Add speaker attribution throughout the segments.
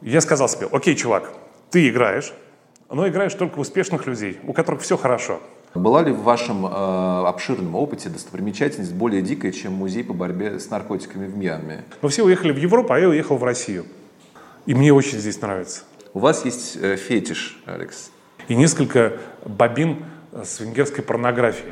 Speaker 1: Я сказал себе: окей, чувак, ты играешь, но играешь только в успешных людей, у которых все хорошо.
Speaker 2: Была ли в вашем обширном опыте достопримечательность более дикая, чем музей по борьбе с наркотиками в Мьянме?
Speaker 1: Но все уехали в Европу, а я уехал в Россию. И мне очень здесь нравится.
Speaker 2: У вас есть фетиш, Алекс.
Speaker 1: И несколько бобин с венгерской порнографией.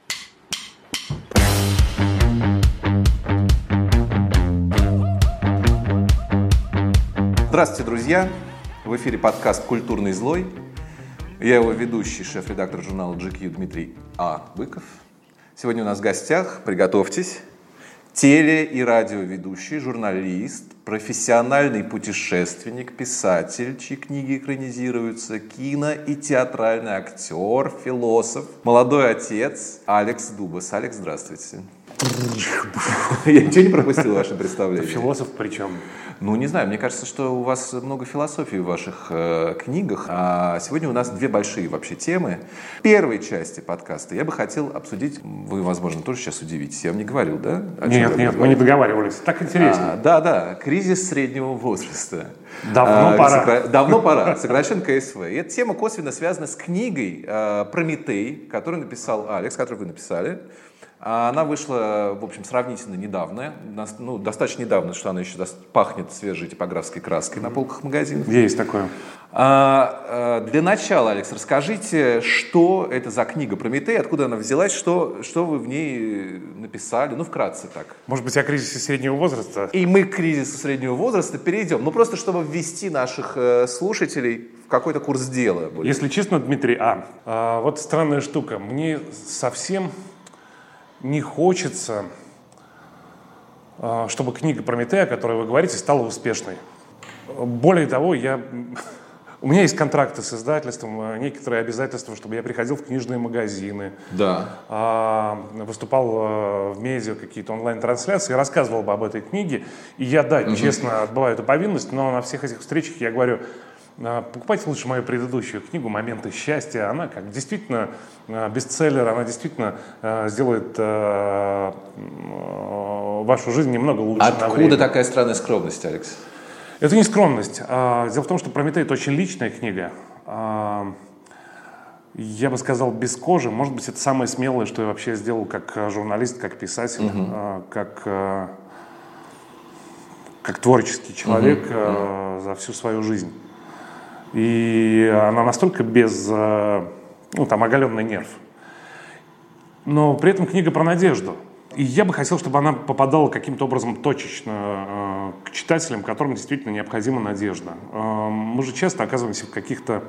Speaker 2: Здравствуйте, друзья! В эфире подкаст «Культурный злой». Я его ведущий, шеф-редактор журнала GQ Дмитрий Быков. Сегодня у нас в гостях, приготовьтесь, теле- и радиоведущий, журналист, профессиональный путешественник, писатель, чьи книги экранизируются, кино- и театральный актер, философ, молодой отец Алекс Дубас. Алекс, здравствуйте. Я ничего не пропустил в вашем представлении?
Speaker 1: Философ причем?
Speaker 2: Ну, не знаю, мне кажется, что у вас много философии в ваших книгах. А сегодня у нас две большие вообще темы. В первой части подкаста я бы хотел обсудить, вы, возможно, тоже сейчас удивитесь, я вам не говорил, да?
Speaker 1: Нет, мы не договаривались. Так интересно.
Speaker 2: Да, кризис среднего возраста.
Speaker 1: Давно пора.
Speaker 2: Давно пора. Сокращен КСВ. И эта тема косвенно связана с книгой «Прометей», которую написал Алекс, которую вы написали. Она вышла, в общем, сравнительно недавно, достаточно недавно, что она еще пахнет свежей типографской краской на полках магазинов.
Speaker 1: Есть такое.
Speaker 2: Для начала, Алекс, расскажите, что это за книга «Прометей», откуда она взялась, что вы в ней написали, вкратце так.
Speaker 1: Может быть, о кризисе среднего возраста?
Speaker 2: И мы к кризису среднего возраста перейдем, просто чтобы ввести наших слушателей в какой-то курс дела.
Speaker 1: Если честно, Дмитрий, вот странная штука, мне совсем не хочется, чтобы книга «Прометей», о которой вы говорите, стала успешной. Более того, у меня есть контракты с издательством, некоторые обязательства, чтобы я приходил в книжные магазины, выступал в медиа, какие-то онлайн-трансляции, рассказывал бы об этой книге. И я, честно, отбываю эту повинность, но на всех этих встречах я говорю: покупайте лучше мою предыдущую книгу «Моменты счастья». Она как действительно бестселлер, она действительно сделает вашу жизнь немного лучше.
Speaker 2: Откуда такая странная скромность, Алекс?
Speaker 1: Это не скромность. Дело в том, что «Прометей» — это очень личная книга. Я бы сказал, без кожи. Может быть, это самое смелое, что я вообще сделал как журналист, как писатель, как творческий человек за всю свою жизнь. И она настолько без, оголенный нерв. Но при этом книга про надежду. И я бы хотел, чтобы она попадала каким-то образом точечно к читателям, которым действительно необходима надежда. Мы же часто оказываемся в каких-то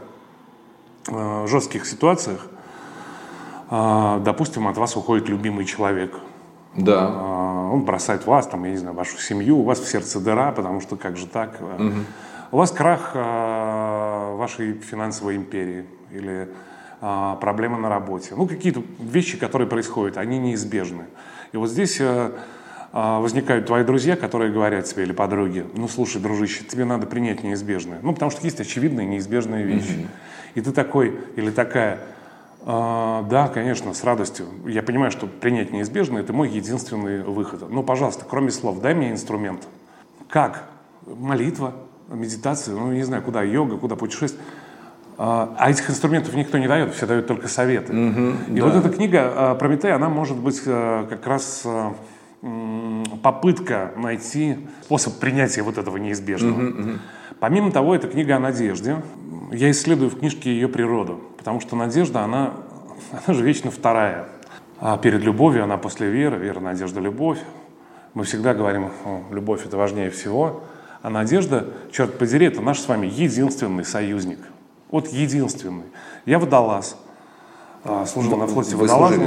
Speaker 1: жестких ситуациях. Допустим, от вас уходит любимый человек.
Speaker 2: Да.
Speaker 1: Он бросает вас, вашу семью, у вас в сердце дыра, потому что как же так? У вас крах вашей финансовой империи или проблемы на работе. Какие-то вещи, которые происходят, они неизбежны. И вот здесь возникают твои друзья, которые говорят тебе, или подруги: слушай, дружище, тебе надо принять неизбежное. Потому что есть очевидные неизбежные вещи. И ты такой или такая: да, конечно, с радостью. Я понимаю, что принять неизбежное — это мой единственный выход. Пожалуйста, кроме слов, дай мне инструмент. Как? Молитва, медитация, не знаю, куда йога, куда путешествие. А этих инструментов никто не дает, все дают только советы. Вот эта книга «Прометей», она может быть как раз попытка найти способ принятия вот этого неизбежного. Помимо того, это книга о надежде. Я исследую в книжке ее природу, потому что надежда, она же вечно вторая. Перед любовью она после веры, вера, надежда, любовь. Мы всегда говорим: любовь — это важнее всего. А надежда, черт подери, это наш с вами единственный союзник. Вот единственный. Я водолаз. Служил на флоте водолазом.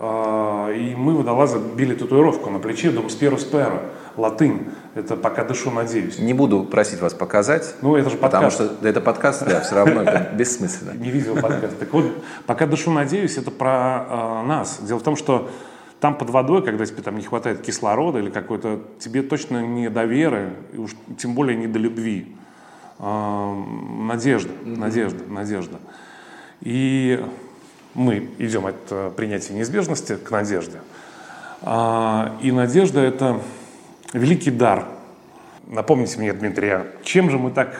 Speaker 1: И мы, водолазы, били татуировку на плече «Dum spero spero», латынь. Это «пока дышу, надеюсь».
Speaker 2: Не буду просить вас показать.
Speaker 1: Это же подкаст.
Speaker 2: Потому что это подкаст, все равно это бессмысленно.
Speaker 1: Не видел подкаст. Так вот, «Пока дышу, надеюсь» — это про нас. Дело в том, что там под водой, когда тебе не хватает кислорода или какой-то, тебе точно не до веры, и уж тем более не до любви. Надежда. И мы идем от принятия неизбежности к надежде. И надежда — это великий дар. Напомните мне, Дмитрий, чем же мы так...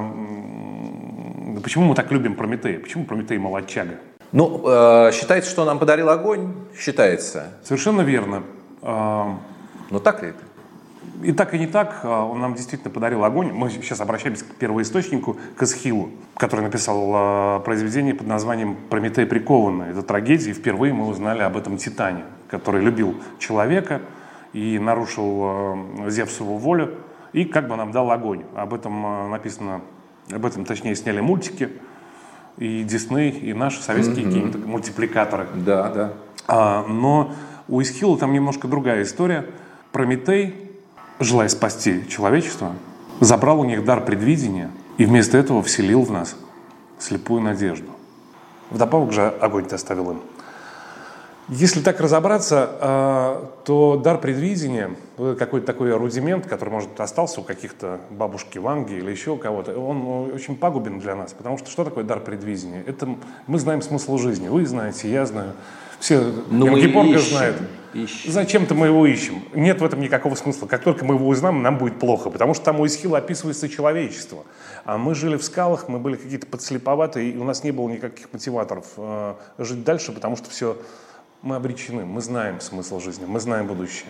Speaker 1: Почему мы так любим Прометея? Почему Прометей молодчага?
Speaker 2: Считается, что он нам подарил огонь? Считается.
Speaker 1: Совершенно верно.
Speaker 2: Но так ли это?
Speaker 1: И так, и не так. Он нам действительно подарил огонь. Мы сейчас обращаемся к первоисточнику, к Эсхилу, который написал произведение под названием «Прометей прикованный». Это трагедия, и впервые мы узнали об этом Титане, который любил человека и нарушил Зевсову волю, и как бы нам дал огонь. Об этом написано, точнее сняли мультики, и Дисней, и наши советские какие-то мультипликаторы.
Speaker 2: Да.
Speaker 1: Но у Эсхила там немножко другая история. Прометей, желая спасти человечество, забрал у них дар предвидения и вместо этого вселил в нас слепую надежду. Вдобавок же огонь-то оставил им. Если так разобраться, то дар предвидения, какой-то такой рудимент, который, может, остался у каких-то бабушки Ванги или еще у кого-то, он очень пагубен для нас. Потому что такое дар предвидения? Это мы знаем смысл жизни. Вы знаете, я знаю. Все, Георгий знает. Зачем-то мы его ищем. Нет в этом никакого смысла. Как только мы его узнаем, нам будет плохо. Потому что там у Эсхила описывается человечество. А мы жили в скалах, мы были какие-то подслеповатые, и у нас не было никаких мотиваторов жить дальше, потому что все... Мы обречены, мы знаем смысл жизни, мы знаем будущее.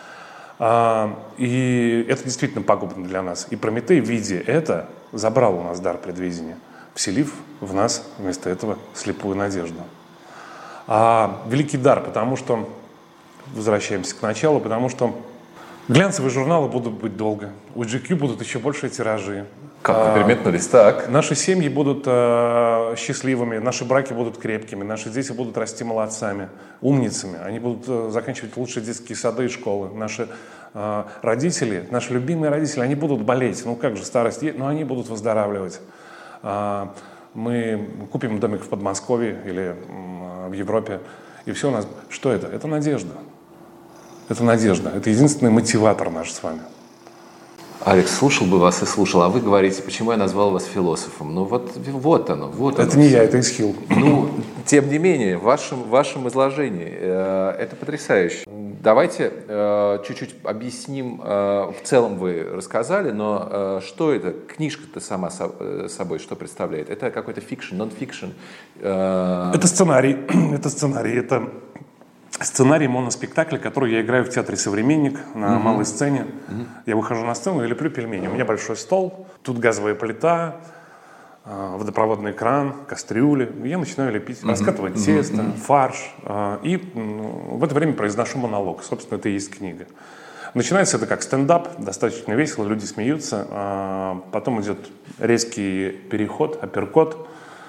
Speaker 1: И это действительно пагубно для нас. И Прометей, видя это, забрал у нас дар предвидения, вселив в нас вместо этого слепую надежду. Великий дар, потому что, возвращаемся к началу, потому что глянцевые журналы будут быть долго, у GQ будут еще большие тиражи.
Speaker 2: Как вы переметнулись, так?
Speaker 1: Наши семьи будут счастливыми, наши браки будут крепкими, наши дети будут расти молодцами, умницами, они будут заканчивать лучшие детские сады и школы. Наши родители, наши любимые родители, они будут болеть, как же, старость, но они будут выздоравливать. Мы купим домик в Подмосковье или в Европе, и все у нас... Что это? Это надежда. Это надежда. Это единственный мотиватор наш с вами.
Speaker 2: Алекс, слушал бы вас и слушал, а вы говорите, почему я назвал вас философом? Вот оно.
Speaker 1: Это не я, это Эсхил.
Speaker 2: Тем не менее, в вашем изложении это потрясающе. Давайте чуть-чуть объясним. В целом вы рассказали, но что это? Книжка-то сама собой что представляет? Это какой-то фикшн, нон-фикшн?
Speaker 1: Это сценарий. Это сценарий моноспектакля, который я играю в театре «Современник» на малой сцене. Я выхожу на сцену и леплю пельмени. У меня большой стол, тут газовая плита, водопроводный кран, кастрюли. Я начинаю лепить, раскатывать тесто, фарш. И в это время произношу монолог. Собственно, это и есть книга. Начинается это как стендап, достаточно весело, люди смеются. Потом идет резкий переход, апперкот.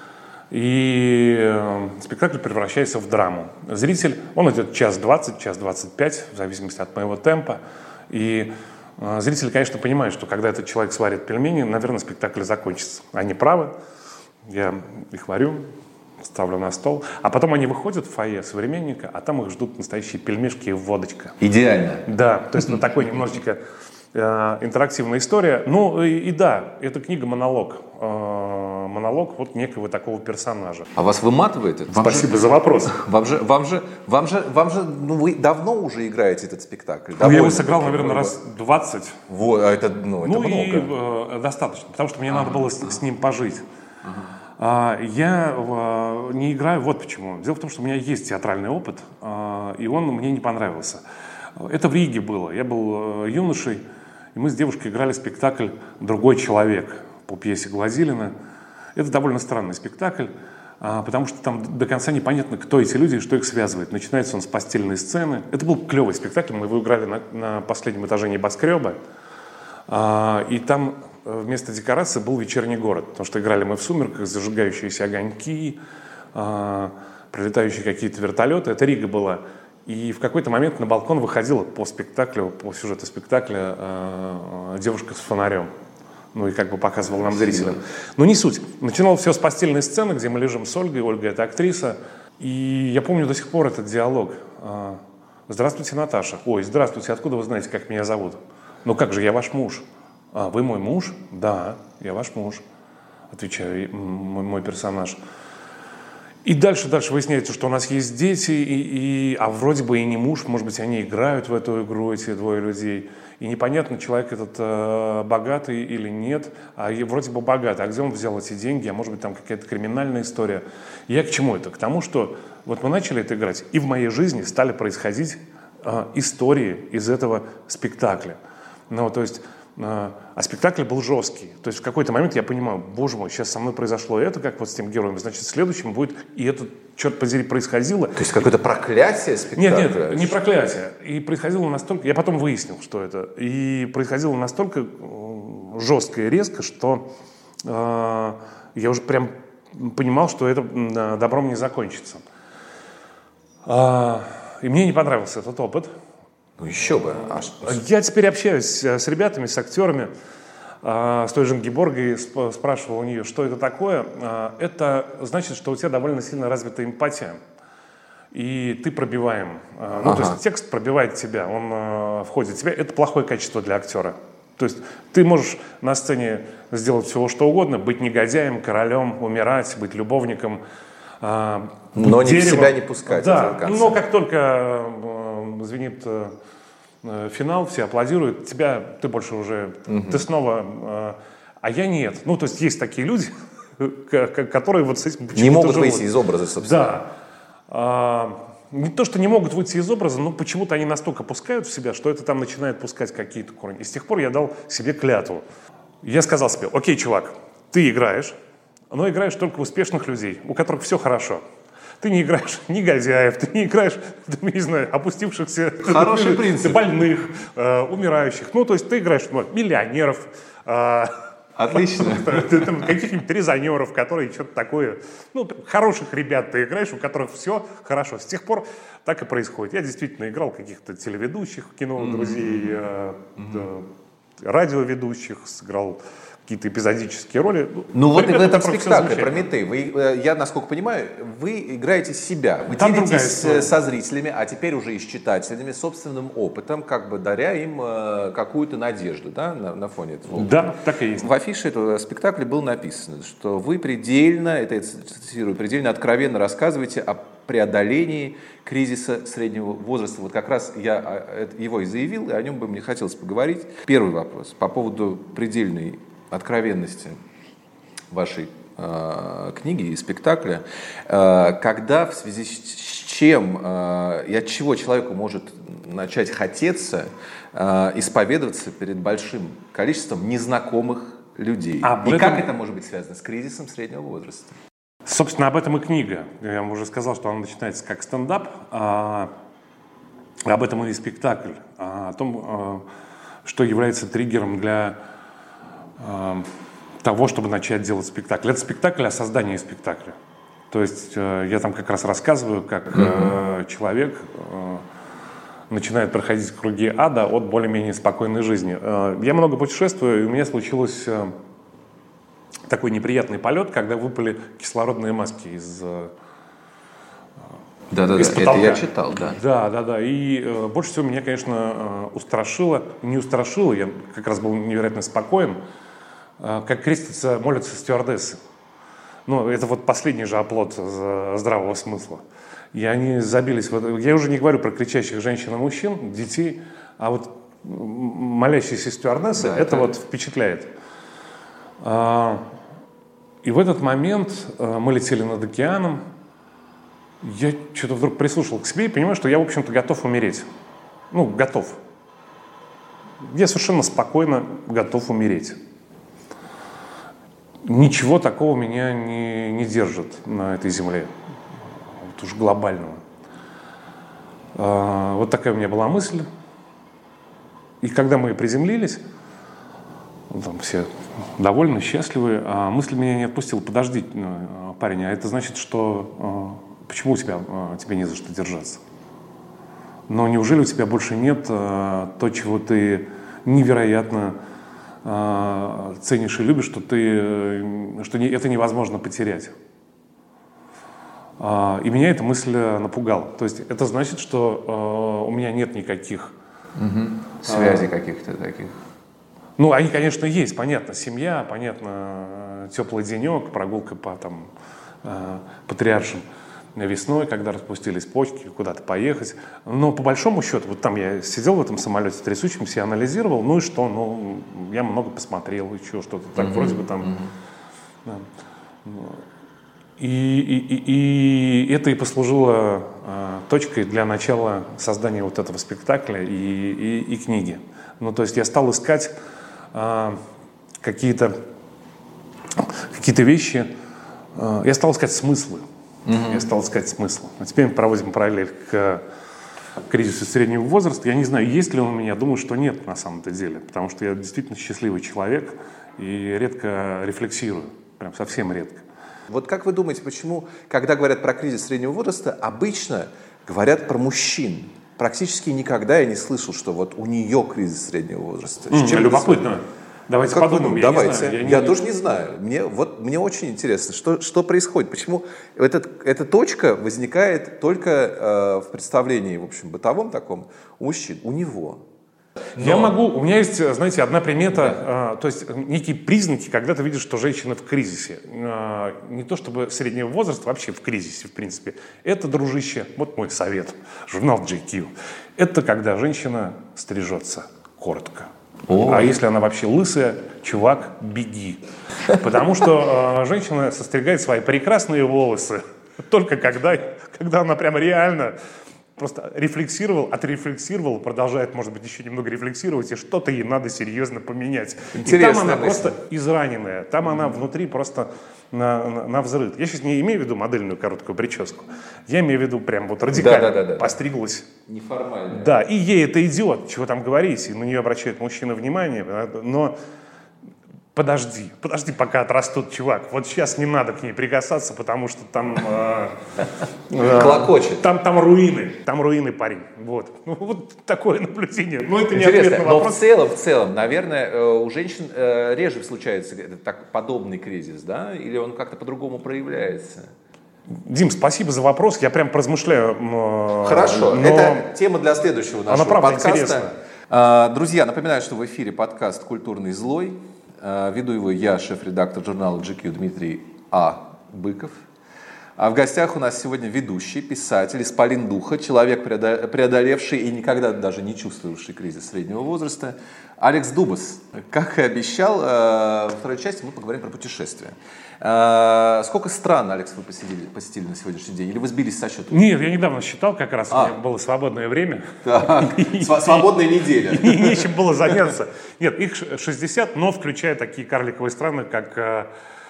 Speaker 1: И спектакль превращается в драму. Зритель, он идет час 20, час 25, в зависимости от моего темпа. И зрители, конечно, понимают, что когда этот человек сварит пельмени, наверное, спектакль закончится. Они правы, я их варю, ставлю на стол. А потом они выходят в фойе «Современника», а там их ждут настоящие пельмешки и водочка.
Speaker 2: Идеально.
Speaker 1: Да, то есть такой немножечко интерактивная история. Да, эта книга монолог. Монолог некого такого персонажа.
Speaker 2: А вас выматывает это?
Speaker 1: Спасибо за вопрос.
Speaker 2: Вам же, вы давно уже играете этот спектакль?
Speaker 1: Я его сыграл, наверное, раз 20.
Speaker 2: Это много.
Speaker 1: И достаточно, потому что мне надо было с ним пожить. Я не играю, вот почему. Дело в том, что у меня есть театральный опыт, и он мне не понравился. Это в Риге было. Я был юношей, и мы с девушкой играли спектакль «Другой человек» по пьесе Глазилина. Это довольно странный спектакль, потому что там до конца непонятно, кто эти люди и что их связывает. Начинается он с постельной сцены. Это был клевый спектакль, мы его играли на последнем этаже небоскреба. И там вместо декорации был вечерний город, потому что играли мы в сумерках, зажигающиеся огоньки, прилетающие какие-то вертолеты. Это Рига была. И в какой-то момент на балкон выходила по сюжету спектакля девушка с фонарем. И как бы показывал нам зрителям. Но не суть. Начинало все с постельной сцены, где мы лежим с Ольгой. Ольга — это актриса. И я помню до сих пор этот диалог. «Здравствуйте, Наташа». «Ой, здравствуйте, откуда вы знаете, как меня зовут?» «Ну как же, я ваш муж». «Вы мой муж?» «Да, я ваш муж», отвечаю мой персонаж. И дальше выясняется, что у нас есть дети, а вроде бы и не муж, может быть, они играют в эту игру, эти двое людей. И непонятно, человек этот богатый или нет, вроде бы богатый, а где он взял эти деньги, а может быть, там какая-то криминальная история. Я к чему это? К тому, что вот мы начали это играть, и в моей жизни стали происходить истории из этого спектакля. Ну, то есть, а спектакль был жесткий. То есть в какой-то момент я понимаю, боже мой, сейчас со мной произошло это, как вот с тем героем, значит, следующим будет, и это, черт подери, происходило.
Speaker 2: То есть какое-то проклятие спектакля?
Speaker 1: Нет, не проклятие. И происходило настолько, я потом выяснил, что это, и происходило настолько жестко и резко, что я уже прям понимал, что это добром не закончится. И мне не понравился этот опыт.
Speaker 2: Ну еще бы.
Speaker 1: Я теперь общаюсь с ребятами, с актерами, с той же Ингеборгой, спрашивал у нее, что это такое. Это значит, что у тебя довольно сильно развита эмпатия, и ты пробиваем. Ну, то есть текст пробивает тебя, он входит в тебя. Это плохое качество для актера. То есть ты можешь на сцене сделать всего, что угодно, быть негодяем, королем, умирать, быть любовником,
Speaker 2: но не в себя не пускать.
Speaker 1: Да, но как только звенит финал, все аплодируют, ты больше уже, ты снова, а я нет. Ну, то есть есть такие люди, которые вот с этим почему-то
Speaker 2: не могут
Speaker 1: живут.
Speaker 2: выйти из образа, собственно.
Speaker 1: Да. Не то, что не могут выйти из образа, но почему-то они настолько пускают в себя, что это там начинает пускать какие-то корни. И с тех пор я дал себе клятву. Я сказал себе, окей, чувак, ты играешь, но играешь только успешных людей, у которых все хорошо. Ты не играешь негодяев, ты не играешь, не знаю, опустившихся,
Speaker 2: хороший принцип,
Speaker 1: больных, умирающих. Ну, то есть ты играешь миллионеров,
Speaker 2: отлично,
Speaker 1: каких-нибудь резонеров, которые что-то такое, ну, хороших ребят ты играешь, у которых все хорошо. С тех пор так и происходит. Я действительно играл каких-то телеведущих, кино, друзей, радиоведущих, сыграл какие-то эпизодические роли.
Speaker 2: Ну вот в этом спектакле «Прометей», я, насколько понимаю, вы играете себя, вы делитесь со зрителями, а теперь уже и с читателями, собственным опытом, как бы даря им какую-то надежду, да, на фоне этого опыта.
Speaker 1: Да, так и есть.
Speaker 2: В афише этого спектакля было написано, что вы предельно, это я цитирую, предельно откровенно рассказываете о преодолении кризиса среднего возраста. Вот как раз я его и заявил, и о нем бы мне хотелось поговорить. Первый вопрос по поводу предельной откровенности вашей книги и спектакля. Когда, в связи с чем и от чего человеку может начать хотеться исповедоваться перед большим количеством незнакомых людей? И как это может быть связано с кризисом среднего возраста?
Speaker 1: Собственно, об этом и книга. Я вам уже сказал, что она начинается как стендап. Об этом и спектакль. О том, что является триггером для того, чтобы начать делать спектакль. Это спектакль о создании спектакля. То есть я там как раз рассказываю, как человек начинает проходить круги ада от более-менее спокойной жизни. Я много путешествую, и у меня случилось такой неприятный полет, когда выпали кислородные маски из
Speaker 2: потолка. Это я читал, да.
Speaker 1: Да. И больше всего меня, конечно, не устрашило, я как раз был невероятно спокоен, как крестятся, молятся стюардессы. Ну, это вот последний же оплот здравого смысла. И они забились в это. Я уже не говорю про кричащих женщин и мужчин, детей, а вот молящиеся стюардессы, да, это вот впечатляет. И в этот момент мы летели над океаном. Я что-то вдруг прислушал к себе и понимаю, что я, в общем-то, готов умереть. Ну, готов. Я совершенно спокойно готов умереть. Ничего такого меня не держит на этой земле. Вот уж глобального. Вот такая у меня была мысль. И когда мы приземлились, там все довольны, счастливы, а мысль меня не отпустила. Подожди, парень, а это значит, что... Почему тебе не за что держаться? Но неужели у тебя больше нет то, чего ты невероятно ценишь и любишь, что это невозможно потерять? И меня эта мысль напугала. То есть это значит, что у меня нет никаких...
Speaker 2: связей каких-то таких.
Speaker 1: Ну, они, конечно, есть, понятно, семья, понятно, теплый денек, прогулка по патриаршим весной, когда распустились почки, куда-то поехать. Но по большому счету, вот там я сидел в этом самолете трясущемся и анализировал, ну и что, ну, я много посмотрел, и что-то так вроде бы там. Да. И это и послужило точкой для начала создания вот этого спектакля и книги. Ну, то есть я стал искать какие-то вещи, я стал искать смыслы. Я стал искать смысл. А теперь мы проводим параллель к кризису среднего возраста. Я не знаю, есть ли он у меня. Думаю, что нет на самом-то деле. Потому что я действительно счастливый человек и редко рефлексирую. Прям совсем редко.
Speaker 2: Вот как вы думаете, почему, когда говорят про кризис среднего возраста, обычно говорят про мужчин? Практически никогда я не слышал, что вот у нее кризис среднего возраста.
Speaker 1: Любопытно. Давайте подумаем.
Speaker 2: Давайте. Я тоже не знаю. Мне очень интересно, что происходит. Почему эта точка возникает только в представлении, в общем, бытовом таком у мужчин, у него.
Speaker 1: У меня есть, знаете, одна примета, то есть некие признаки, когда ты видишь, что женщина в кризисе. Не то чтобы среднего возраста, вообще в кризисе, в принципе. Это, дружище, вот мой совет, журнал GQ. Это когда женщина стрижется коротко. А если она вообще лысая, чувак, беги. Потому что женщина состригает свои прекрасные волосы только когда она прям реально просто отрефлексировала, продолжает, может быть, еще немного рефлексировать, и что-то ей надо серьезно поменять. И там она просто израненная, там она внутри просто на взрыв. Я сейчас не имею в виду модельную короткую прическу, я имею в виду прям вот радикально постриглась.
Speaker 2: Неформально.
Speaker 1: Да, и ей это идет, чего там говорить, и на нее обращает мужчина внимание, но подожди, пока отрастут, чувак. Вот сейчас не надо к ней прикасаться, потому что там...
Speaker 2: Клокочет.
Speaker 1: Там руины, парень. Вот. Ну, вот такое наблюдение. Ну, это не ответ на вопрос.
Speaker 2: Но в целом, наверное, у женщин реже случается подобный кризис, да? Или он как-то по-другому проявляется?
Speaker 1: Дим, спасибо за вопрос. Я прям поразмышляю.
Speaker 2: Хорошо. Это тема для следующего нашего подкаста.
Speaker 1: Интересна.
Speaker 2: Друзья, напоминаю, что в эфире подкаст «Культурный злой». Веду его я, шеф-редактор журнала GQ Дмитрий А. Быков. А в гостях у нас сегодня ведущий, писатель, исполин духа, человек, преодолевший и никогда даже не чувствовавший кризис среднего возраста, Алекс Дубас. Как и обещал, во второй части мы поговорим про путешествия. Сколько стран, Алекс, вы посетили на сегодняшний день? Или вы сбились со счета?
Speaker 1: Нет, я недавно считал, как раз у меня было свободное время.
Speaker 2: Свободная неделя.
Speaker 1: И нечем было заняться. Нет, их 60, но включая такие карликовые страны, как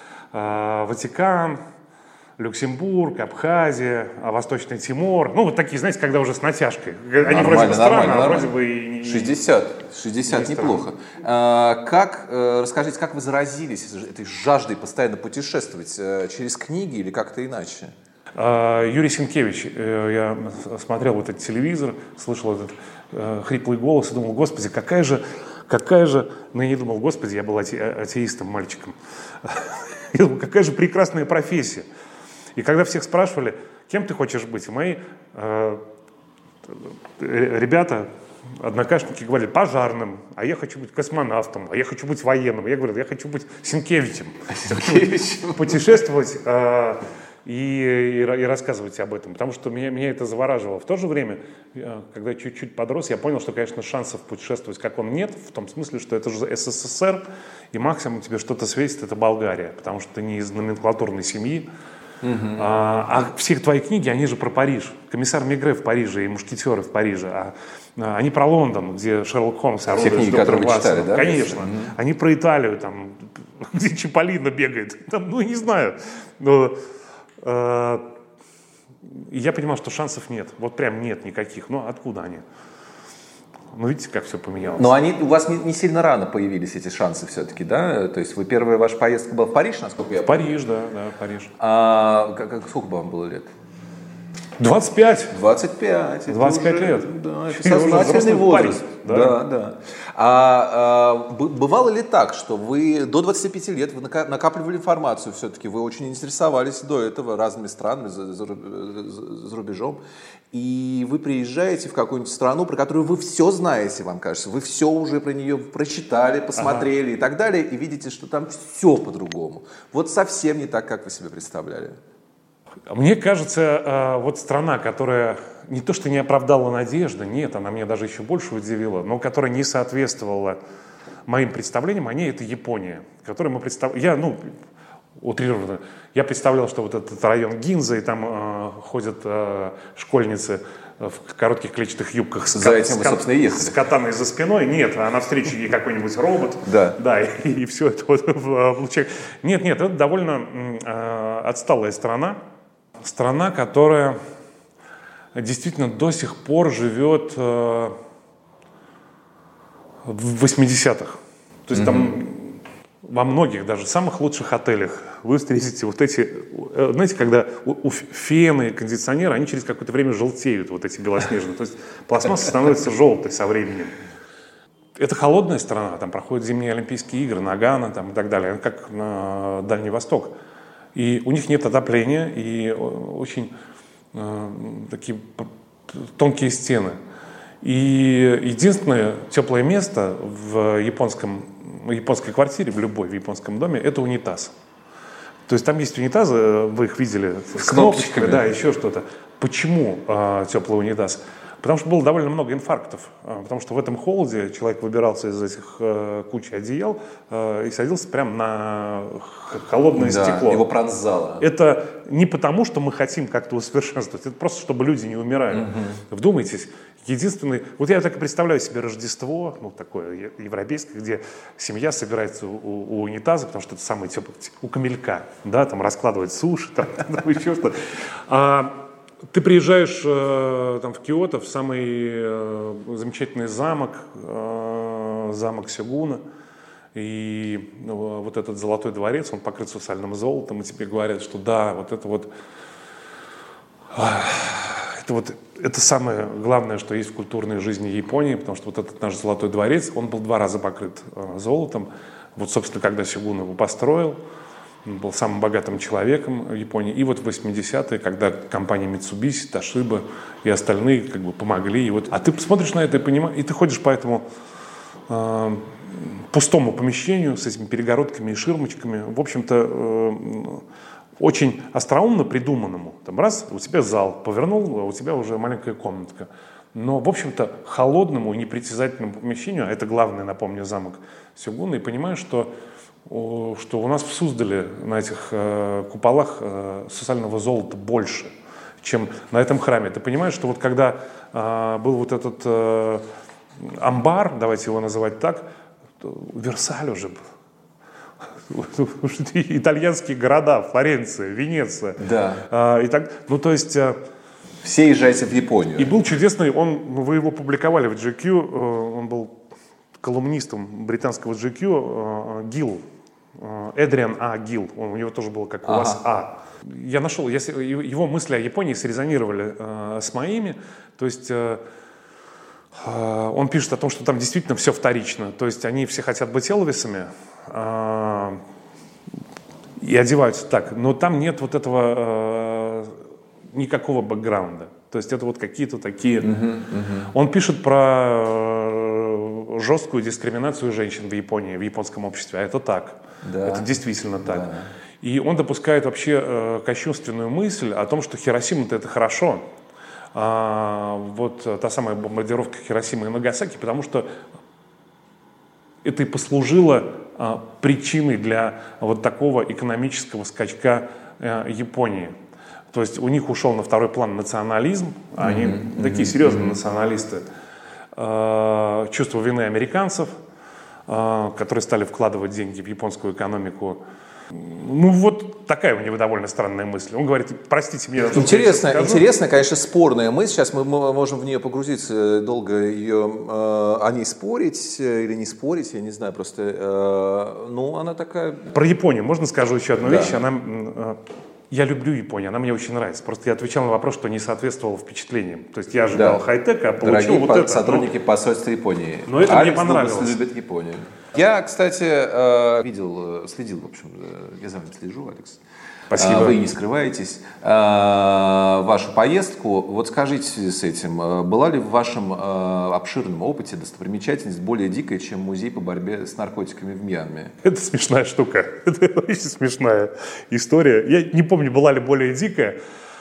Speaker 1: Ватикан, Люксембург, Абхазия, Восточный Тимор. Ну, вот такие, знаете, когда уже с натяжкой. Они вроде бы страны, а вроде бы и...
Speaker 2: 60 неплохо. Расскажите, как вы заразились этой жаждой постоянно путешествовать? Через книги или как-то иначе?
Speaker 1: Юрий Сенкевич. Я смотрел вот этот телевизор, слышал этот хриплый голос и думал, господи, какая же... Ну, я не думал, господи, я был атеистом, мальчиком. Я думал, какая же прекрасная профессия. И когда всех спрашивали, кем ты хочешь быть, мои ребята, однокашники говорили, пожарным, а я хочу быть космонавтом, а я хочу быть военным. Я говорю, я хочу быть Сенкевичем. Путешествовать и рассказывать об этом, потому что меня это завораживало. В то же время, когда я чуть-чуть подрос, я понял, что, конечно, шансов путешествовать как он нет, в том смысле, что это же СССР, и максимум тебе что-то светит, это Болгария, потому что ты не из номенклатурной семьи. А все твои книги, они же про Париж. «Комиссар Мегре» в Париже и «Мушкетеры» в Париже. Они про Лондон, где Шерлок Холмс орудует.
Speaker 2: Все книги, которые вы читали, да?
Speaker 1: Конечно. Они про Италию, там, где Чиполлино бегает. Там, ну, не знаю. Но, я понимал, что шансов нет. Вот прям нет никаких. Ну, откуда они? Ну, видите, как все поменялось.
Speaker 2: Но у вас не сильно рано появились эти шансы все-таки, да? То есть первая ваша поездка была в Париж, насколько я помню?
Speaker 1: Париж, да, Париж.
Speaker 2: Сколько бы вам было лет?
Speaker 1: 25.
Speaker 2: 25
Speaker 1: лет.
Speaker 2: Да, это сознательный возраст. Да. Бывало ли так, что вы до 25 лет вы накапливали информацию все-таки, вы очень интересовались до этого разными странами за рубежом, и вы приезжаете в какую-нибудь страну, про которую вы все знаете, вам кажется, вы все уже про нее прочитали, посмотрели и так далее, и видите, что там все по-другому. Вот совсем не так, как вы себе представляли.
Speaker 1: Мне кажется, вот страна, которая не то что не оправдала надежды, нет, она меня даже еще больше удивила, но которая не соответствовала моим представлениям о ней, это Япония, которую мы представляем. Утрированно. Я представлял, что вот этот район Гинза, и там ходят школьницы в коротких клетчатых юбках
Speaker 2: за этим вы, собственно, и ехали.
Speaker 1: С катаной за спиной. Нет, а навстречу ей какой-нибудь робот.
Speaker 2: Да,
Speaker 1: и все это вот в лучах. Нет, это довольно отсталая страна. Страна, которая действительно до сих пор живет в 80-х. То есть там во многих, даже самых лучших отелях вы встретите вот эти, знаете, когда у фены, кондиционеры, они через какое-то время желтеют, вот эти белоснежные. То есть пластмасса становится желтой со временем. Это холодная страна, там проходят зимние Олимпийские игры, Нагано там, и так далее, как на Дальний Восток. И у них нет отопления, и очень такие тонкие стены. И единственное теплое место в японской квартире, в любой в японском доме, это унитаз. То есть там есть унитазы, вы их видели, с кнопочками, да, еще что-то. Почему теплый унитаз? Потому что было довольно много инфарктов. Потому что в этом холоде человек выбирался из этих кучи одеял и садился прямо на холодное стекло.
Speaker 2: Его пронзало.
Speaker 1: Это не потому, что мы хотим как-то усовершенствовать, это просто, чтобы люди не умирали. Вдумайтесь, единственный... Вот я так и представляю себе Рождество, такое европейское, где семья собирается у унитаза, потому что это самый теплый... У камелька, да, там раскладывать суши, там еще что-то. Ты приезжаешь там, в Киото, в самый замечательный замок Сёгуна, и вот этот золотой дворец, он покрыт сусальным золотом, и тебе говорят, что да, это самое главное, что есть в культурной жизни Японии, потому что вот этот наш золотой дворец, он был 2 раза покрыт золотом. Вот, собственно, когда Сёгун его построил, он был самым богатым человеком в Японии. И вот в 80-е, когда компания Mitsubishi, Toshiba и остальные как бы помогли. А ты смотришь на это и понимаешь, и ты ходишь по этому пустому помещению с этими перегородками и ширмочками, в общем-то, очень остроумно придуманному. Там раз, у тебя зал, повернул, а у тебя уже маленькая комнатка. Но, в общем-то, холодному и непритязательному помещению, а это главное, напомню, замок Сёгуна, и понимаешь, что у нас в Суздале на этих куполах сусального золота больше, чем на этом храме. Ты понимаешь, что вот когда был вот этот амбар, давайте его называть так, Версаль уже был. Итальянские города, Флоренция, Венеция.
Speaker 2: Да.
Speaker 1: То есть...
Speaker 2: Все езжайте в Японию.
Speaker 1: И был чудесный, вы его публиковали в GQ, он был колумнистом британского GQ, Гилл, Эдриан А. Гилл, у него тоже было, как у вас, А. Я нашел, его мысли о Японии срезонировали с моими, то есть он пишет о том, что там действительно все вторично, то есть они все хотят быть Элвисами и одеваются так, но там нет вот этого никакого бэкграунда, то есть это вот какие-то такие... Он пишет про жесткую дискриминацию женщин в Японии, в японском обществе, а это так. Да. Это действительно так. Да. И он допускает вообще кощунственную мысль о том, что Хиросима-то это хорошо. Вот та самая бомбардировка Хиросимы и Нагасаки, потому что это и послужило причиной для вот такого экономического скачка Японии. То есть у них ушел на второй план национализм, а они такие серьезные националисты. Чувство вины американцев, которые стали вкладывать деньги в японскую экономику. Вот такая у него довольно странная мысль. Он говорит, простите меня.
Speaker 2: Интересная, конечно, спорная мысль. Сейчас мы можем в нее погрузиться, долго о ней спорить или не спорить, я не знаю, просто, она такая...
Speaker 1: Про Японию можно скажу еще одну вещь? Я люблю Японию, она мне очень нравится. Просто я отвечал на вопрос, что не соответствовало впечатлениям. То есть я ожидал хай-тека, а получил
Speaker 2: вот это. Дорогие сотрудники посольства Японии.
Speaker 1: Но это мне понравилось.
Speaker 2: Любит Японию. Я, кстати, следил, в общем, я за вами слежу, Алекс.
Speaker 1: Спасибо.
Speaker 2: Вы не скрываетесь. Вашу поездку, вот скажите с этим, была ли в вашем обширном опыте достопримечательность более дикая, чем музей по борьбе с наркотиками в Мьянме?
Speaker 1: Это смешная штука. Это очень смешная история. Я не помню, была ли более дикая.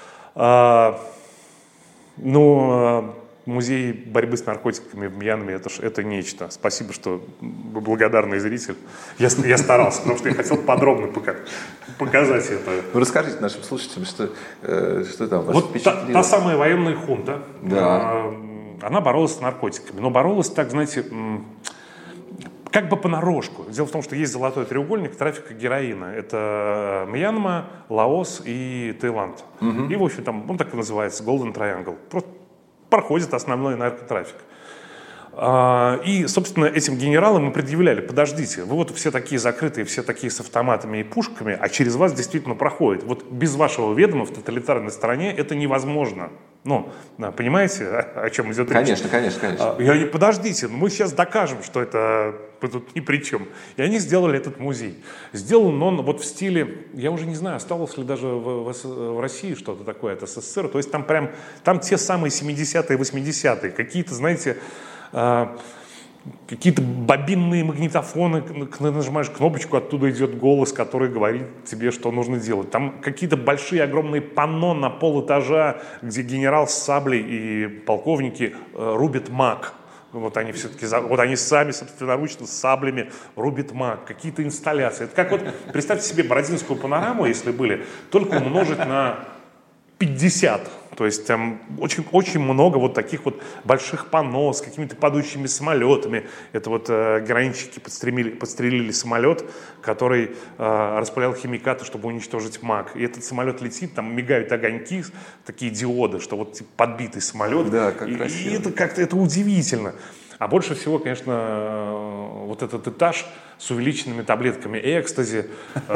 Speaker 1: Музей борьбы с наркотиками в Мьянме это нечто. Спасибо, что вы благодарный зритель. Я старался, потому что я хотел подробно показать это.
Speaker 2: Ну, расскажите нашим слушателям, что там вас
Speaker 1: вот
Speaker 2: впечатлило.
Speaker 1: Та самая военная хунта,
Speaker 2: да.
Speaker 1: Она боролась с наркотиками. Но боролась так, знаете, как бы понарошку. Дело в том, что есть золотой треугольник трафика героина. Это Мьянма, Лаос и Таиланд. И, в общем, там он так и называется, Golden Triangle. Просто проходит основной наркотрафик. И, собственно, этим генералам мы предъявляли: подождите, вы вот все такие закрытые, все такие с автоматами и пушками, а через вас действительно проходит. Вот без вашего ведома в тоталитарной стране это невозможно. Ну, понимаете, о чем идет речь?
Speaker 2: Конечно.
Speaker 1: Я говорю: подождите, мы сейчас докажем, что это мы тут ни при чем. И они сделали этот музей. Сделан он вот в стиле, я уже не знаю, осталось ли даже в России что-то такое от СССР. То есть там те самые 70-е, 80-е, какие-то, знаете, какие-то бобинные магнитофоны, нажимаешь кнопочку, оттуда идет голос, который говорит тебе, что нужно делать. Там какие-то большие огромные панно на полэтажа, где генерал с саблей и полковники рубят мак. Вот они все-таки, вот они сами собственноручно с саблями рубят мак. Какие-то инсталляции. Это как вот, представьте себе Бородинскую панораму, если были, только умножить на 50. То есть там очень много вот таких вот больших панно с какими-то падающими самолетами. Это вот героинщики подстрелили самолет, который распылял химикаты, чтобы уничтожить мак. И этот самолет летит, там мигают огоньки, такие диоды, что вот типа, подбитый самолет.
Speaker 2: Да, как красиво.
Speaker 1: И это как-то это удивительно. А больше всего, конечно, вот этот этаж с увеличенными таблетками экстази.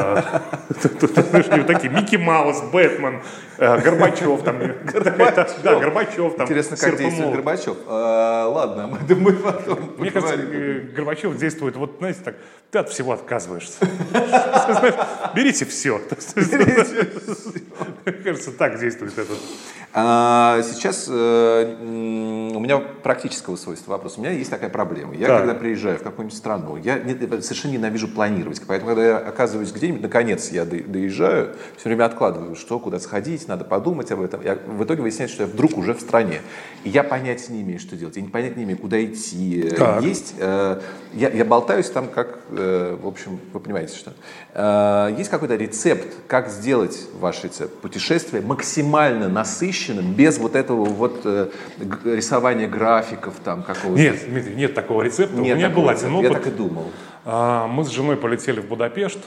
Speaker 1: Такие Микки Маус, Бэтмен, Горбачев там. Горбачев там.
Speaker 2: Интересно, как действует Горбачев. Ладно, мы думаем потом.
Speaker 1: Мне кажется, Горбачев действует, вот знаете, так, ты от всего отказываешься. Берите все. Мне кажется, так действует этот.
Speaker 2: Сейчас у меня практического свойства вопрос. У меня есть такая проблема. Я когда приезжаю в какую-нибудь страну, я совершенно ненавижу планировать. Поэтому, когда я оказываюсь где-нибудь, наконец я доезжаю, все время откладываю, что, куда сходить, надо подумать об этом. В итоге выясняется, что я вдруг уже в стране. И я понятия не имею, что делать. Я понятия не имею, куда идти. Есть, я болтаюсь там, как, в общем, вы понимаете, что. Есть какой-то рецепт, как сделать ваш рецепт путешествия максимально насыщенным, без вот этого вот рисования графиков там какого-то?
Speaker 1: Нет, Дмитрий, нет такого рецепта. У меня был один опыт.
Speaker 2: Я так и думал.
Speaker 1: Мы с женой полетели в Будапешт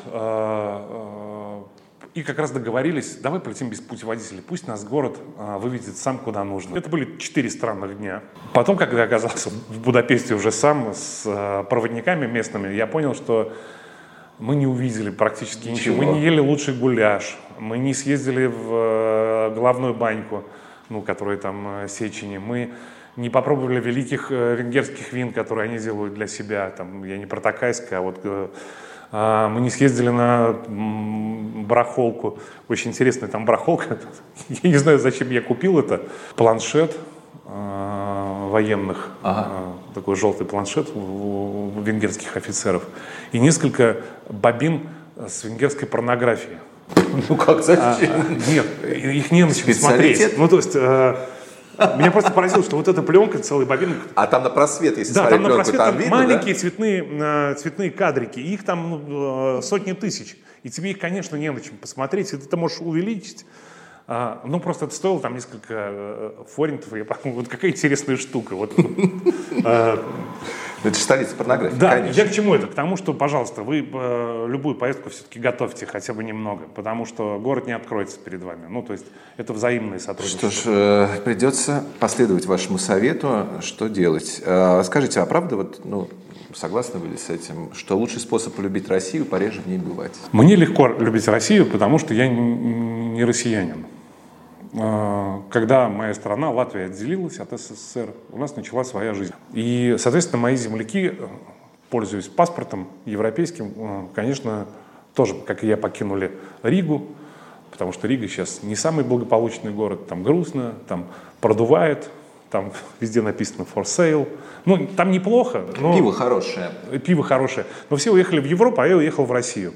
Speaker 1: и как раз договорились: давай полетим без путеводителя, пусть нас город выведет сам куда нужно. Это были 4 странных дня. Потом, когда я оказался в Будапеште уже сам с проводниками местными, я понял, что мы не увидели практически ничего. Мы не ели лучший гуляш, мы не съездили в главную баньку, которая там Сечени, мы не попробовали великих венгерских вин, которые они делают для себя. Там, я не про Токайское, а вот мы не съездили на барахолку. Очень интересная там барахолка. Я не знаю, зачем я купил это. Планшет военных, такой желтый планшет у венгерских офицеров. И несколько бобин с венгерской порнографией.
Speaker 2: Ну как, зачем?
Speaker 1: Нет, их не на чем смотреть. Ну, то есть... Меня просто поразило, что вот эта пленка, целый бобин.
Speaker 2: А там на просвет, если смотреть
Speaker 1: там на
Speaker 2: пленку,
Speaker 1: просвет,
Speaker 2: там
Speaker 1: там
Speaker 2: видно,
Speaker 1: маленькие цветные кадрики. И их там сотни тысяч. И тебе их, конечно, не на чем посмотреть. И ты это можешь увеличить. Просто это стоило там несколько форинтов. Я подумал, вот какая интересная штука.
Speaker 2: Это же столица порнографии,
Speaker 1: да,
Speaker 2: конечно.
Speaker 1: Я к чему это? К тому, что, пожалуйста, вы любую поездку все-таки готовьте хотя бы немного, потому что город не откроется перед вами. То есть это взаимное сотрудничество.
Speaker 2: Что ж, придется последовать вашему совету, что делать. Скажите, а правда, согласны вы ли с этим, что лучший способ полюбить Россию — пореже в ней бывать?
Speaker 1: Мне легко любить Россию, потому что я не россиянин. Когда моя страна, Латвия, отделилась от СССР, у нас началась своя жизнь. И, соответственно, мои земляки пользуясь паспортом европейским, конечно, тоже, как и я, покинули Ригу, потому что Рига сейчас не самый благополучный город, там грустно, там продувает, там везде написано for sale. Ну, там неплохо. Но
Speaker 2: Пиво хорошее.
Speaker 1: Пиво хорошее. Но все уехали в Европу, а я уехал в Россию.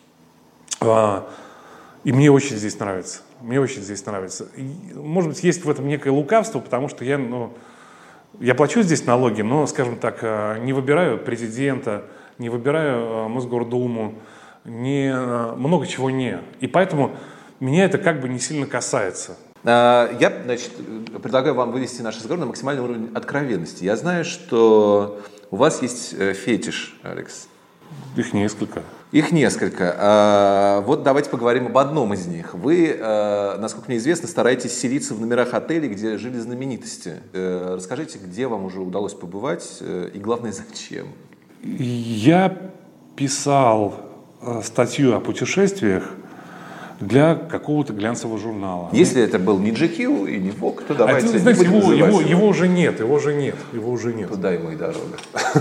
Speaker 1: И мне очень здесь нравится. Мне очень здесь нравится. И, может быть, есть в этом некое лукавство, потому что я плачу здесь налоги, но, скажем так, не выбираю президента, не выбираю Мосгордуму, много чего не. И поэтому меня это как бы не сильно касается.
Speaker 2: Я, значит, предлагаю вам вывести наш разговор на максимальный уровень откровенности. Я знаю, что у вас есть фетиш, Алекс.
Speaker 1: Их несколько.
Speaker 2: Их несколько. Вот давайте поговорим об одном из них. Вы, насколько мне известно, стараетесь селиться в номерах отелей, где жили знаменитости. Расскажите, где вам уже удалось побывать и, главное, зачем?
Speaker 1: Я писал статью о путешествиях для какого-то глянцевого журнала.
Speaker 2: Если это был не GQ и не Vogue, то давайте...
Speaker 1: Знаете, его уже нет.
Speaker 2: Туда ему и дорога.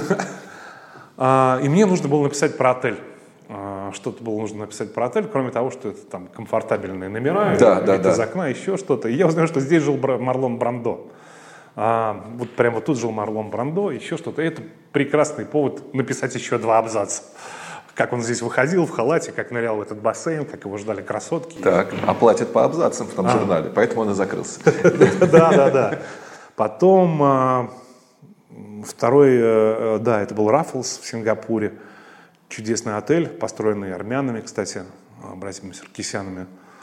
Speaker 1: И мне нужно было написать про отель. Что-то было нужно написать про отель, кроме того, что это там комфортабельные номера, вид из окна, еще что-то. И я узнал, что здесь жил Марлон Брандо. Вот прямо вот тут жил Марлон Брандо, еще что-то. И это прекрасный повод написать еще 2 абзаца. Как он здесь выходил в халате, как нырял в этот бассейн, как его ждали красотки.
Speaker 2: Так, а платят по абзацам в том журнале, поэтому он и закрылся.
Speaker 1: Да. Потом второй, это был Раффлс в Сингапуре. Чудесный отель, построенный армянами, кстати, братьями Саркисянами.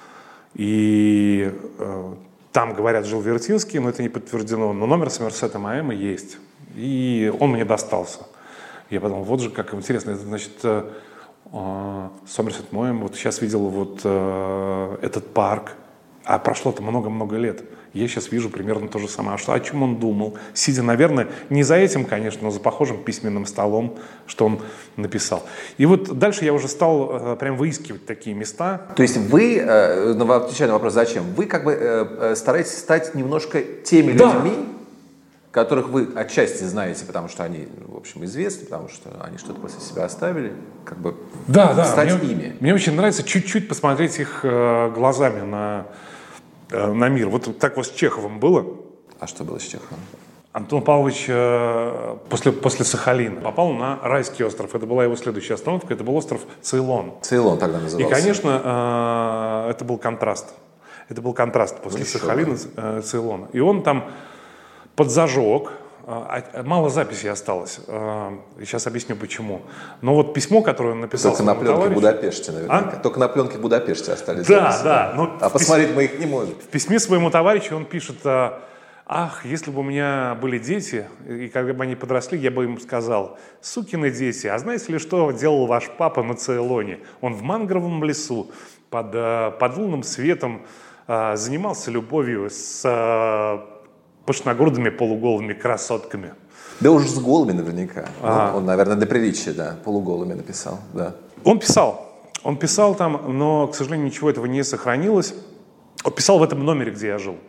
Speaker 1: И там, говорят, жил Вертинский, но это не подтверждено. Но номер с Мерсетом Маэма есть. И он мне достался. Я подумал, вот же как интересно. Это, значит, Сомерсет Моэм, вот сейчас видел вот этот парк, а прошло-то много-много лет. Я сейчас вижу примерно то же самое. О чем он думал? Сидя, наверное, не за этим, конечно, но за похожим письменным столом, что он написал. И вот дальше я уже стал прям выискивать такие места.
Speaker 2: То есть вы, отвечая на вопрос, зачем, вы как бы стараетесь стать немножко теми людьми, которых вы отчасти знаете, потому что они, в общем, известны, потому что они что-то после себя оставили, как бы стать ими.
Speaker 1: Мне очень нравится чуть-чуть посмотреть их глазами на мир. Вот так вот с Чеховым было.
Speaker 2: А что было с Чеховым?
Speaker 1: Антон Павлович после Сахалина попал на райский остров. Это была его следующая остановка. Это был остров Цейлон.
Speaker 2: Цейлон тогда назывался.
Speaker 1: И, конечно, это был контраст. Это был контраст после Сахалина, Цейлона. И он там подзажег. Мало записей осталось. И сейчас объясню, почему. Но вот письмо, которое он написал...
Speaker 2: Только на пленке в Будапеште, наверное. Только на пленке в Будапеште остались записи.
Speaker 1: Да.
Speaker 2: А посмотреть мы их не можем.
Speaker 1: В письме своему товарищу он пишет: ах, если бы у меня были дети, и когда бы они подросли, я бы им сказал: сукины дети, а знаете ли, что делал ваш папа на Цейлоне? Он в мангровом лесу под лунным светом занимался любовью с пышногрудыми полуголыми красотками.
Speaker 2: Да уж с голыми наверняка. Он, наверное, для приличия, полуголыми написал. Да.
Speaker 1: Он писал там, но, к сожалению, ничего этого не сохранилось. Он писал в этом номере, где я жил.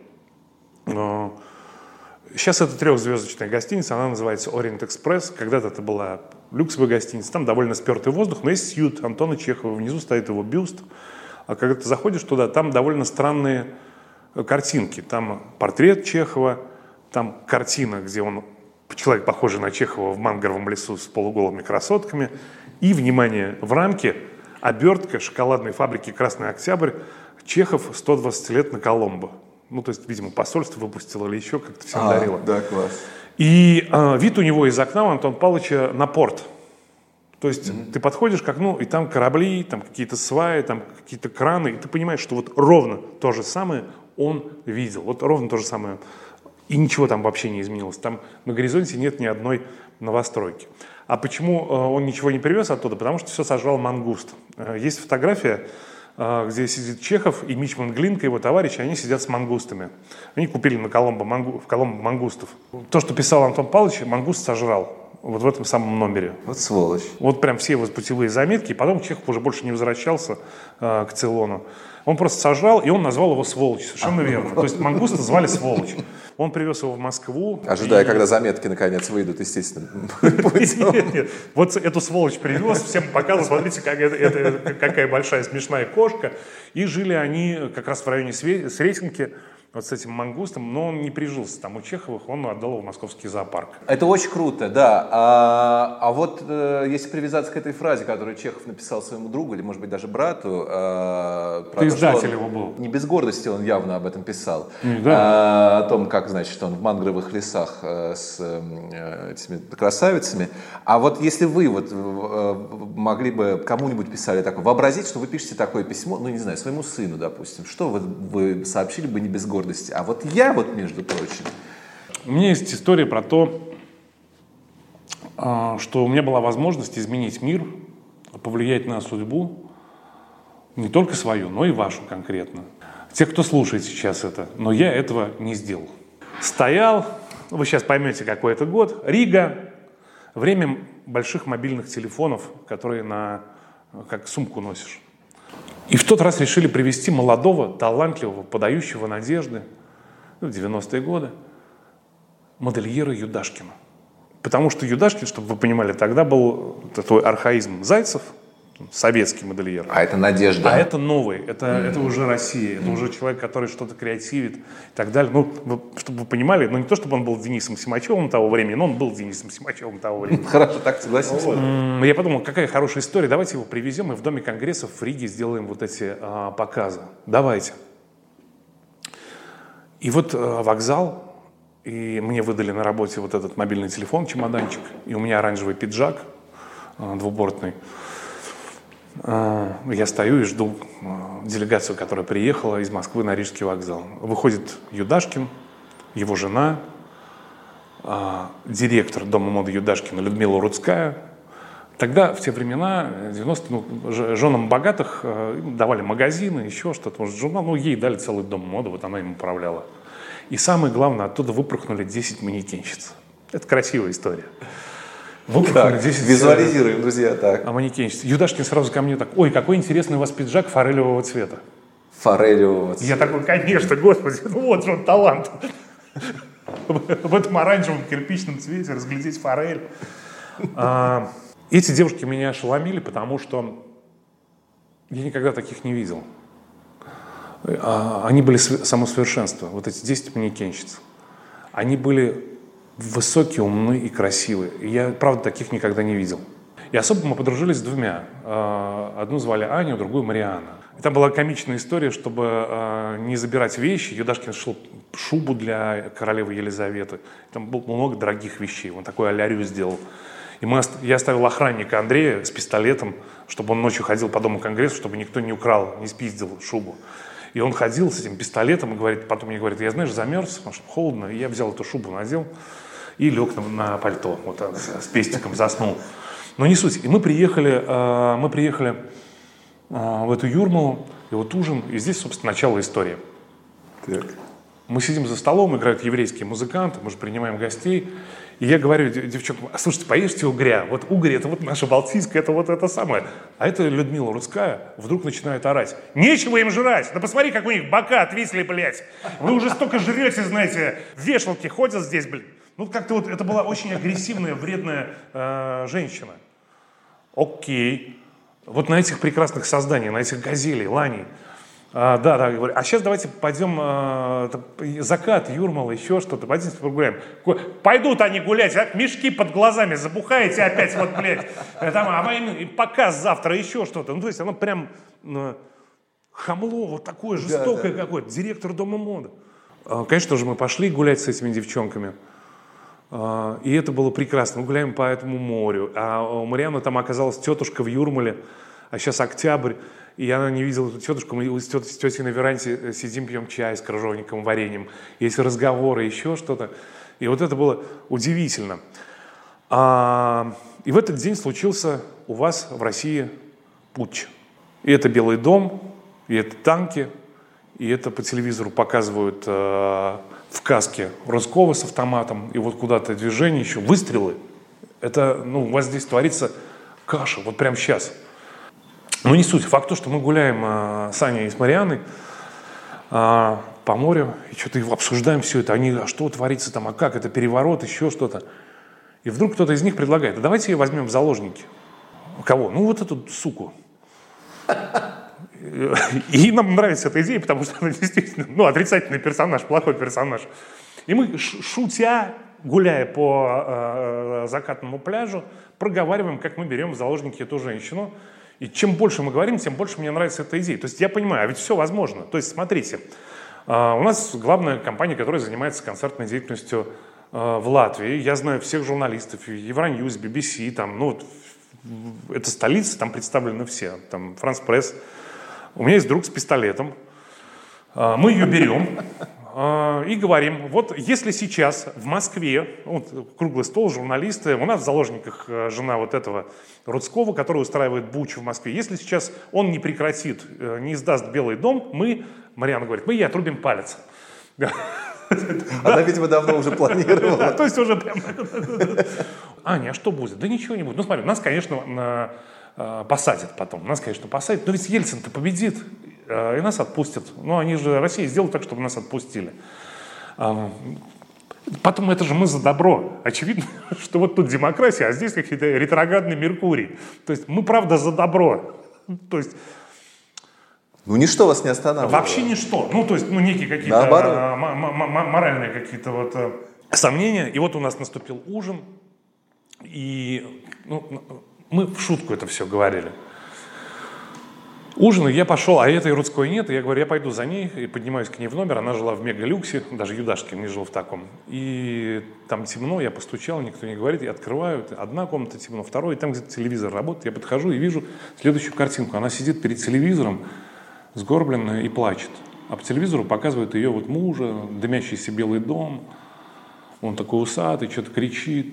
Speaker 1: Сейчас это 3-звездочная гостиница, она называется Orient Express. Когда-то это была люксовая гостиница, там довольно спертый воздух, но есть сьют Антона Чехова, внизу стоит его бюст. А когда ты заходишь туда, там довольно странные картинки. Там портрет Чехова, там картина, где человек, похожий на Чехова в мангровом лесу с полуголыми красотками. И, внимание, в рамке обертка шоколадной фабрики «Красный Октябрь», Чехов 120 лет на Коломбо. Ну, то есть, видимо, посольство выпустило или еще как-то всем дарило.
Speaker 2: Да, класс.
Speaker 1: И вид у него из окна у Антона Павловича на порт. То есть ты подходишь к окну, и там корабли, там какие-то сваи, там какие-то краны, и ты понимаешь, что вот ровно то же самое он видел. Вот ровно то же самое. И ничего там вообще не изменилось. Там на горизонте нет ни одной новостройки. А почему он ничего не привез оттуда? Потому что все сожрал мангуст. Есть фотография, где сидит Чехов и Мичман Глинка, его товарищи, они сидят с мангустами. Они купили в Коломбо мангустов. То, что писал Антон Павлович, мангуст сожрал. Вот в этом самом номере.
Speaker 2: Вот сволочь.
Speaker 1: Вот прям все его путевые заметки. И потом Чехов уже больше не возвращался к Цейлону. Он просто сожрал, и он назвал его сволочь. Совершенно верно. То есть мангуста звали сволочь. Он привез его в Москву.
Speaker 2: Ожидая, когда заметки наконец выйдут, естественно.
Speaker 1: Нет. Вот эту сволочь привез, всем показывал, смотрите, какая большая смешная кошка. И жили они как раз в районе Сретенки, вот с этим мангустом, но он не прижился там у Чеховых, он отдал его в московский зоопарк.
Speaker 2: Это очень круто, да. А вот если привязаться к этой фразе, которую Чехов написал своему другу, или, может быть, даже брату...
Speaker 1: Ты издатель его был.
Speaker 2: Не без гордости он явно об этом писал.
Speaker 1: Да.
Speaker 2: О том, как, значит, он в мангровых лесах с этими красавицами. А вот если вы вот могли бы кому-нибудь писали такое, вообразить, что вы пишете такое письмо, ну, не знаю, своему сыну, допустим, что вы сообщили бы не без гордости? А вот я вот, между прочим...
Speaker 1: У меня есть история про то, что у меня была возможность изменить мир, повлиять на судьбу, не только свою, но и вашу конкретно. Те, кто слушает сейчас это, но я этого не сделал. Стоял, вы сейчас поймете, какой это год, Рига, время больших мобильных телефонов, которые как сумку носишь. И в тот раз решили привести молодого, талантливого, подающего надежды, в 90-е годы, модельера Юдашкина. Потому что Юдашкин, чтобы вы понимали, тогда был такой архаизм Зайцев, советский модельер.
Speaker 2: А это надежда.
Speaker 1: А это новый, это уже Россия, это уже человек, который что-то креативит и так далее. Ну, чтобы вы понимали, ну не то, чтобы он был Денисом Симачевым того времени, но он был Денисом Симачевым того времени.
Speaker 2: Хорошо, так согласился.
Speaker 1: Я подумал, какая хорошая история, давайте его привезем и в Доме конгрессов в Риге сделаем вот эти показы. Давайте. И вот вокзал, и мне выдали на работе вот этот мобильный телефон, чемоданчик, и у меня оранжевый пиджак двубортный. Я стою и жду делегацию, которая приехала из Москвы на Рижский вокзал. Выходит Юдашкин, его жена, директор Дома моды Юдашкина Людмила Рудская. Тогда, в те времена, 90-е, женам богатых давали магазины, еще что-то, может, журнал, ей дали целый дом моды, вот она им управляла. И самое главное, оттуда выпорхнули 10 манекенщиц. Это красивая история.
Speaker 2: Так, визуализируем, друзья, так.
Speaker 1: Манекенщиц. Юдашкин сразу ко мне так: ой, какой интересный у вас пиджак форелевого цвета.
Speaker 2: Форелевого цвета.
Speaker 1: Я такой, конечно, господи, вот же он талант. В этом оранжевом кирпичном цвете разглядеть форель. Эти девушки меня ошеломили, потому что я никогда таких не видел. Они были само совершенство, вот эти 10 манекенщиц. Они были высокие, умные и красивые. И я, правда, таких никогда не видел. И особо мы подружились с двумя. Одну звали Аню, другую Марианна. И там была комичная история, чтобы не забирать вещи. Юдашкин шил шубу для королевы Елизаветы. Там было много дорогих вещей. Он такой алярию сделал. И я оставил охранника Андрея с пистолетом, чтобы он ночью ходил по Дому конгресса, чтобы никто не украл, не спиздил шубу. И он ходил с этим пистолетом и потом мне говорит: я, знаешь, замерз, потому что холодно. И я взял эту шубу, надел и лег на пальто, вот с пестиком заснул. Но не суть. И мы приехали в эту Юрмалу, и вот ужин, и здесь, собственно, начало истории.
Speaker 2: Так.
Speaker 1: Мы сидим за столом, играют еврейские музыканты, мы же принимаем гостей. И я говорю девчонкам: слушайте, поешьте угря. Вот угорь — это вот наша балтийская, это вот это самое. А это Людмила Рудская вдруг начинает орать: нечего им жрать! Да посмотри, как у них бока отвисли, блядь! Вы уже столько жрете, знаете, вешалки ходят здесь, блядь. Ну, как-то вот это была очень агрессивная, вредная женщина. Окей. Вот на этих прекрасных созданиях, на этих газелей, ланей. Да, говорю, а сейчас давайте пойдем, закат, Юрмала, еще что-то, пойдемте погуляем. Пойдут они гулять, мешки под глазами забухаете опять, вот, блядь, показ завтра, еще что-то. Ну, то есть оно прям хамло, вот такое жестокое какое-то, директор Дома моды. Конечно же, мы пошли гулять с этими девчонками. И это было прекрасно. Мы гуляем по этому морю. А у Марианны там оказалась тетушка в Юрмале, а сейчас октябрь. И она не видела эту тетушку. Мы с тетей на веранде сидим, пьем чай с крыжовником, вареньем. Есть разговоры, еще что-то. И вот это было удивительно. И в этот день случился у вас в России путч. И это Белый дом, и это танки, и это по телевизору показывают в каске Рыскова с автоматом, и вот куда-то движение еще, выстрелы. Это, у вас здесь творится каша, вот прямо сейчас. Но не суть. Факт то, что мы гуляем с Аней и с Марианной по морю, и что-то обсуждаем все это. Они, а что творится там, а как, это переворот, еще что-то. И вдруг кто-то из них предлагает, а давайте ее возьмем в заложники. Кого? Вот эту суку. И нам нравится эта идея, потому что она действительно, отрицательный персонаж, плохой персонаж. И мы, шутя, гуляя по закатному пляжу, проговариваем, как мы берем в заложники эту женщину. И чем больше мы говорим, тем больше мне нравится эта идея. То есть я понимаю, а ведь все возможно. То есть смотрите, у нас главная компания, которая занимается концертной деятельностью в Латвии. Я знаю всех журналистов, Евроньюз, BBC, это столица, там представлены все, там France Press. У меня есть друг с пистолетом. Мы ее берем и говорим, вот если сейчас в Москве, круглый стол, журналисты, у нас в заложниках жена вот этого Рудского, который устраивает буч в Москве, если сейчас он не прекратит, не издаст Белый дом, Марианна говорит, мы ей отрубим палец.
Speaker 2: Она, видимо, давно уже планировала.
Speaker 1: То есть уже прям... Аня, а что будет? Да ничего не будет. Смотри, нас, конечно, посадят потом. Нас, конечно, посадят. Но ведь Ельцин-то победит, и нас отпустят. Они же, Россия сделала так, чтобы нас отпустили. Потом это же мы за добро. Очевидно, что вот тут демократия, а здесь какие-то ретроградный Меркурий. То есть мы, правда, за добро. То есть...
Speaker 2: ничто вас не останавливает.
Speaker 1: Вообще ничто. Некие какие-то моральные какие-то сомнения. И вот у нас наступил ужин, и мы в шутку это все говорили. Ужин, и я пошел, а этой Рудской нет, и я говорю, я пойду за ней, и поднимаюсь к ней в номер, она жила в мегалюксе, даже Юдашкин не жил в таком. И там темно, я постучал, никто не говорит, я открываю, одна комната темно, вторая, и там где-то телевизор работает, я подхожу и вижу следующую картинку. Она сидит перед телевизором, сгорбленная, и плачет. А по телевизору показывают ее мужа, дымящийся Белый дом, он такой усатый, что-то кричит,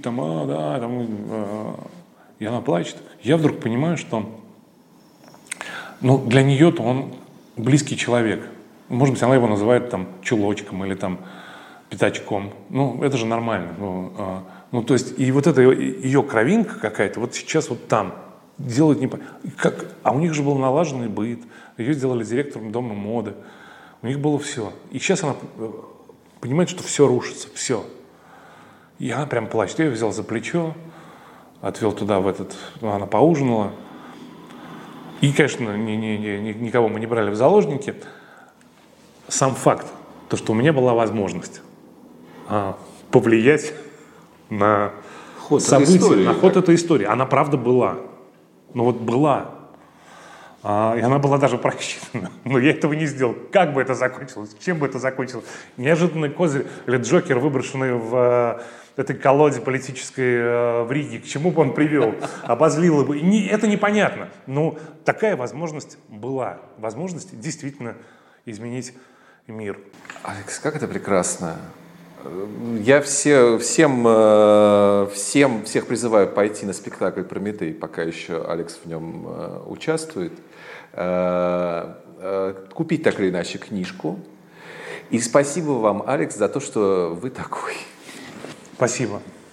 Speaker 1: и она плачет. Я вдруг понимаю, что для нее-то он близкий человек. Может быть, она его называет чулочком или пятачком. Это же нормально. То есть, и вот эта ее кровинка какая-то, вот сейчас там делают А у них же был налаженный быт. Ее сделали директором дома моды. У них было все. И сейчас она понимает, что все рушится, все. И она прям плачет. Я ее взял за плечо, отвел туда, она поужинала. И, конечно, никого мы не брали в заложники. Сам факт, то, что у меня была возможность повлиять на
Speaker 2: ход
Speaker 1: события, на ход этой истории. Она правда была. Была. И она была даже просчитана. Но я этого не сделал. Как бы это закончилось? Чем бы это закончилось? Неожиданный козырь или Джокер, выброшенный в этой колоде политической в Риге, к чему бы он привел? Обозлило бы. Это непонятно. Но такая возможность была. Возможность действительно изменить мир.
Speaker 2: Алекс, как это прекрасно. Я всех призываю пойти на спектакль «Прометей», пока еще Алекс в нем участвует. Купить так или иначе книжку. И спасибо вам, Алекс, за то, что вы такой.
Speaker 1: Спасибо.